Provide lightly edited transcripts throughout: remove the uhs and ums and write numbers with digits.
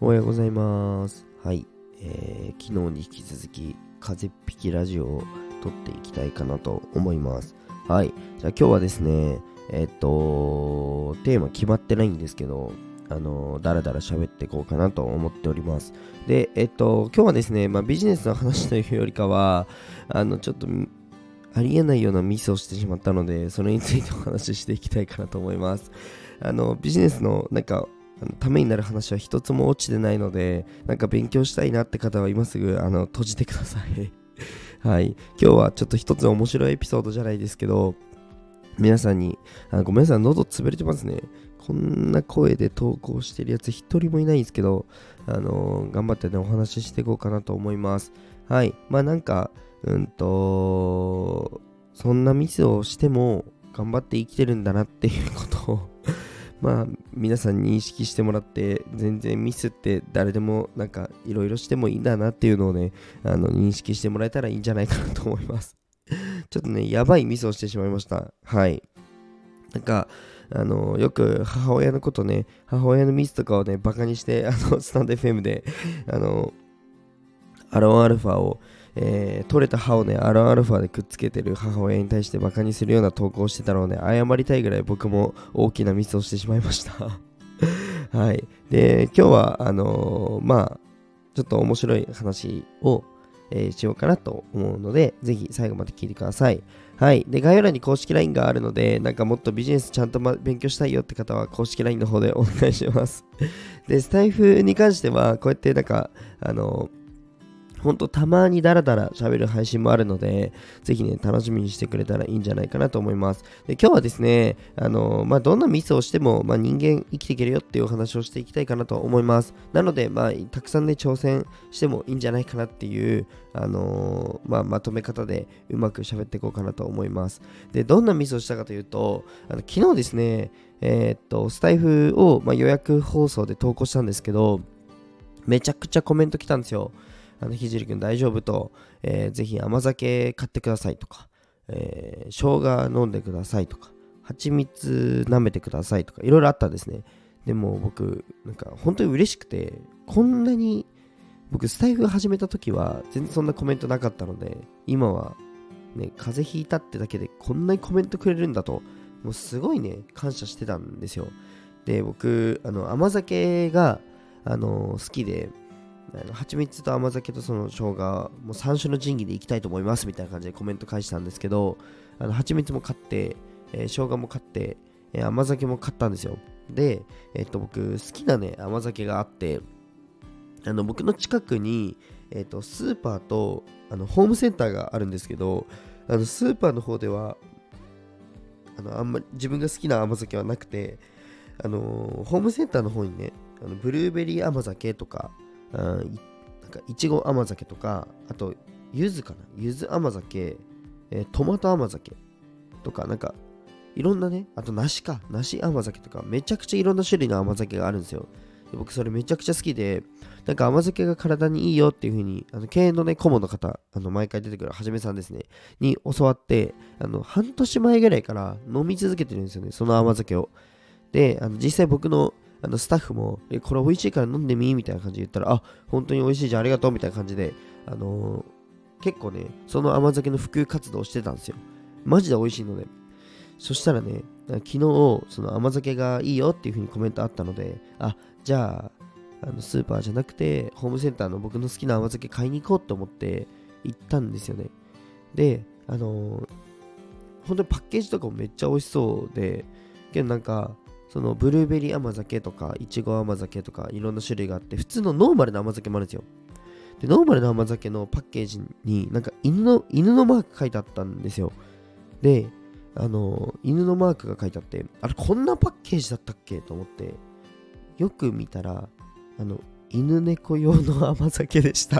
おはようございます。はい、昨日に引き続き風邪っ引きラジオを撮っていきたいかなと思います。はい、じゃあ今日はですね、テーマ決まってないんですけど、だらだら喋っていこうかなと思っております。で、今日はですね、ビジネスの話というよりかは、ちょっとありえないようなミスをしてしまったので、それについてお話ししていきたいかなと思います。ビジネスのためになる話は一つも落ちてないので、勉強したいなって方は今すぐ閉じてください。はい。今日はちょっと一つ面白いエピソードじゃないですけど、皆さんに、ごめんなさい、喉潰れてますね。こんな声で投稿してるやつ一人もいないんですけど、頑張ってね、お話ししていこうかなと思います。はい。そんなミスをしても頑張って生きてるんだなっていうことを皆さん認識してもらって、全然ミスって誰でもいろいろしてもいいんだなっていうのをね、認識してもらえたらいいんじゃないかなと思います。ちょっとね、やばいミスをしてしまいました。はい。よく母親のことね、母親のミスとかをね、バカにして、スタンド FM で、アロンアルファを、取れた歯をね、アロンアルファでくっつけてる母親に対してバカにするような投稿をしてたので、謝りたいぐらい僕も大きなミスをしてしまいました。はい。で、今日は、ちょっと面白い話を、しようかなと思うので、ぜひ最後まで聞いてください。はい。で、概要欄に公式 LINE があるので、もっとビジネスちゃんと、勉強したいよって方は公式 LINE の方でお願いします。で、スタイフに関しては、こうやってほんとたまにダラダラ喋る配信もあるので、ぜひね、楽しみにしてくれたらいいんじゃないかなと思います。で、今日はですね、どんなミスをしても、人間生きていけるよっていうお話をしていきたいかなと思います。なので、たくさんね、挑戦してもいいんじゃないかなっていう、まとめ方でうまく喋っていこうかなと思います。で、どんなミスをしたかというと、昨日ですね、スタイフを、予約放送で投稿したんですけど、めちゃくちゃコメント来たんですよ。ひじりくん大丈夫と、ぜひ甘酒買ってくださいとか、生姜飲んでくださいとか、蜂蜜舐めてくださいとか、いろいろあったんですね。でも僕、本当に嬉しくて、こんなに、僕スタイフ始めた時は全然そんなコメントなかったので、今はね、風邪ひいたってだけでこんなにコメントくれるんだと、もうすごいね、感謝してたんですよ。で、僕、甘酒が、好きで、蜂蜜と甘酒とその生姜、もう三種の神器でいきたいと思いますみたいな感じでコメント返したんですけど、蜂蜜も買って、生姜も買って、甘酒も買ったんですよ。で、僕好きなね、甘酒があって、僕の近くに、スーパーとホームセンターがあるんですけど、スーパーの方ではあんまり自分が好きな甘酒はなくて、ホームセンターの方にね、ブルーベリー甘酒とか、いちご甘酒とか、あと柚子かな、柚子甘酒、トマト甘酒とか、いろんなね、あと梨甘酒とか、めちゃくちゃいろんな種類の甘酒があるんですよ。で僕それめちゃくちゃ好きで、甘酒が体にいいよっていう風に、経営のね、顧問の方、毎回出てくるはじめさんですね、に教わって、半年前ぐらいから飲み続けてるんですよね、その甘酒を。で、実際僕のスタッフも、これ美味しいから飲んでみみたいな感じで言ったら、あ、本当に美味しいじゃん、ありがとうみたいな感じで、結構ね、その甘酒の普及活動をしてたんですよ。マジで美味しいので。そしたらね、昨日、その甘酒がいいよっていう風にコメントあったので、あ、じゃあ、スーパーじゃなくて、ホームセンターの僕の好きな甘酒買いに行こうと思って行ったんですよね。で、本当にパッケージとかもめっちゃ美味しそうで、けどそのブルーベリー甘酒とか、いちご甘酒とか、いろんな種類があって、普通のノーマルな甘酒もあるんですよ。で、ノーマルな甘酒のパッケージに、犬のマーク書いてあったんですよ。で、犬のマークが書いてあって、あれ、こんなパッケージだったっけと思って、よく見たら、犬猫用の甘酒でした。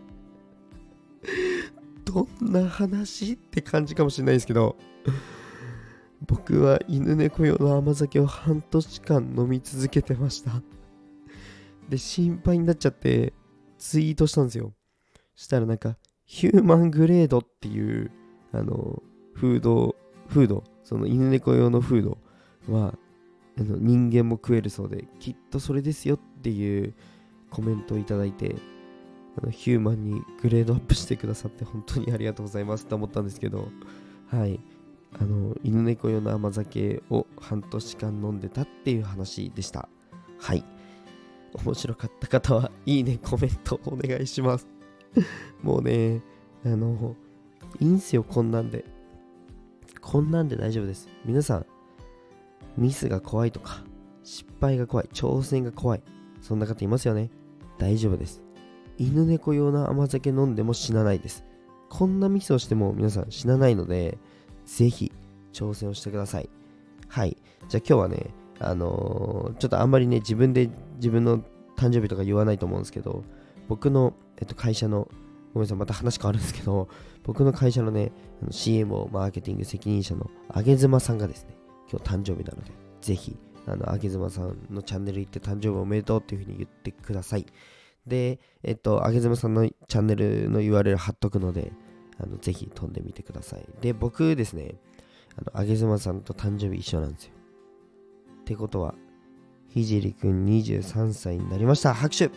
どんな話って感じかもしれないですけど、僕は犬猫用の甘酒を半年間飲み続けてました。で、心配になっちゃってツイートしたんですよ。したらヒューマングレードっていう、フード、その犬猫用のフードは、人間も食えるそうで、きっとそれですよっていう、 コメントをいただいて、ヒューマンにグレードアップしてくださって本当にありがとうございますと思ったんですけど、はい。犬猫用の甘酒を半年間飲んでたっていう話でした。はい。面白かった方はいいね、コメントお願いします。もうね、いいんすよ、こんなんで大丈夫です。皆さん、ミスが怖いとか、失敗が怖い、挑戦が怖い、そんな方いますよね。大丈夫です。犬猫用の甘酒飲んでも死なないです。こんなミスをしても皆さん死なないので、ぜひ挑戦をしてください。はい。じゃあ今日はね、ちょっとあんまりね、自分の誕生日とか言わないと思うんですけど、僕の、会社の、ごめんなさい、また話変わるんですけど、僕の会社のね、CMO マーケティング責任者のあげずまさんがですね、今日誕生日なので、ぜひ、あげずまさんのチャンネル行って誕生日おめでとうっていう風に言ってください。で、あげずまさんのチャンネルの URL 貼っとくので、ぜひ飛んでみてください。で、僕ですね、あげずまさんと誕生日一緒なんですよ。ってことは、ひじりくん23歳になりました。拍手。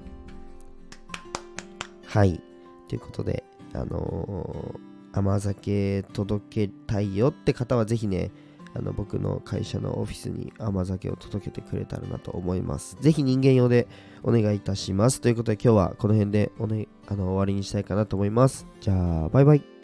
はい。ということで、甘酒届けたいよって方はぜひね、僕の会社のオフィスに甘酒を届けてくれたらなと思います。ぜひ人間用でお願いいたします。ということで今日はこの辺で終わりにしたいかなと思います。じゃあ、バイバイ。